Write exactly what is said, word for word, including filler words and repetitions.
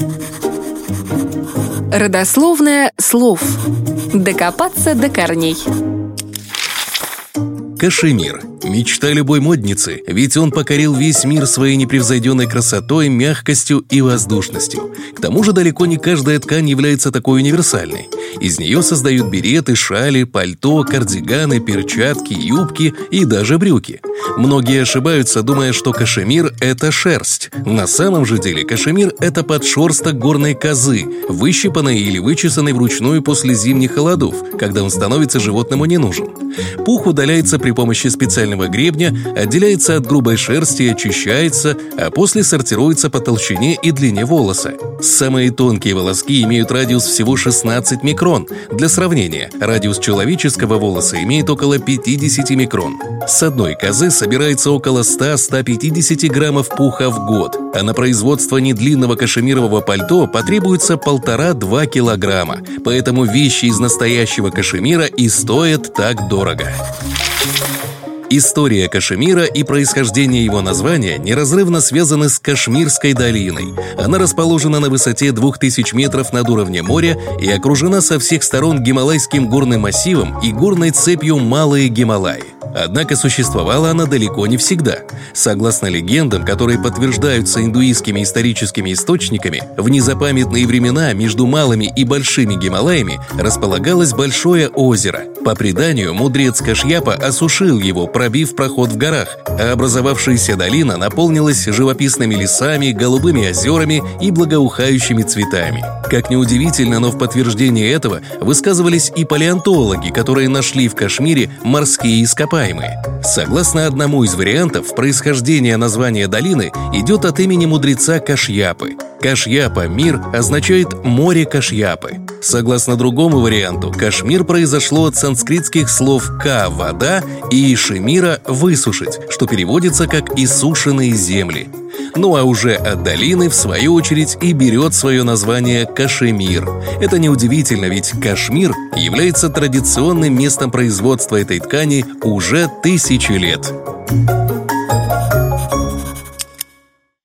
Родословное слов. Докопаться до корней. Кашемир – мечта любой модницы, ведь он покорил весь мир своей непревзойденной красотой, мягкостью и воздушностью. К тому же далеко не каждая ткань является такой универсальной. Из нее создают береты, шали, пальто, кардиганы, перчатки, юбки и даже брюки. Многие ошибаются, думая, что кашемир – это шерсть. На самом же деле кашемир – это подшерсток горной козы, выщипанной или вычесанной вручную после зимних холодов, когда он становится животному не нужен. Пух удаляется при помощи специального гребня, отделяется от грубой шерсти и очищается, а после сортируется по толщине и длине волоса. Самые тонкие волоски имеют радиус всего шестнадцать микрон. Для сравнения, радиус человеческого волоса имеет около пятьдесят микрон. С одной козы собирается около ста - ста пятидесяти граммов пуха в год, а на производство недлинного кашемирового пальто потребуется полтора-два килограмма. Поэтому вещи из настоящего кашемира и стоят так дорого. История кашемира и происхождение его названия неразрывно связаны с Кашмирской долиной. Она расположена на высоте двух тысяч метров над уровнем моря и окружена со всех сторон Гималайским горным массивом и горной цепью Малые Гималаи. Однако существовала она далеко не всегда. Согласно легендам, которые подтверждаются индуистскими историческими источниками, в незапамятные времена между Малыми и Большими Гималаями располагалось большое озеро. По преданию, мудрец Кашьяпа осушил его, пробив проход в горах, а образовавшаяся долина наполнилась живописными лесами, голубыми озерами и благоухающими цветами. Как ни удивительно, но в подтверждение этого высказывались и палеонтологи, которые нашли в Кашмире морские ископаемые. Согласно одному из вариантов, происхождение названия долины идет от имени мудреца Кашьяпы. Кашьяпа «мир» означает «море Кашьяпы». Согласно другому варианту, Кашмир произошло от санскритских слов «ка» – «вода» и «шемира» – «высушить», что переводится как «иссушенные земли». Ну а уже от долины, в свою очередь, и берет свое название Кашемир. Это неудивительно, ведь Кашмир является традиционным местом производства этой ткани уже тысячи лет.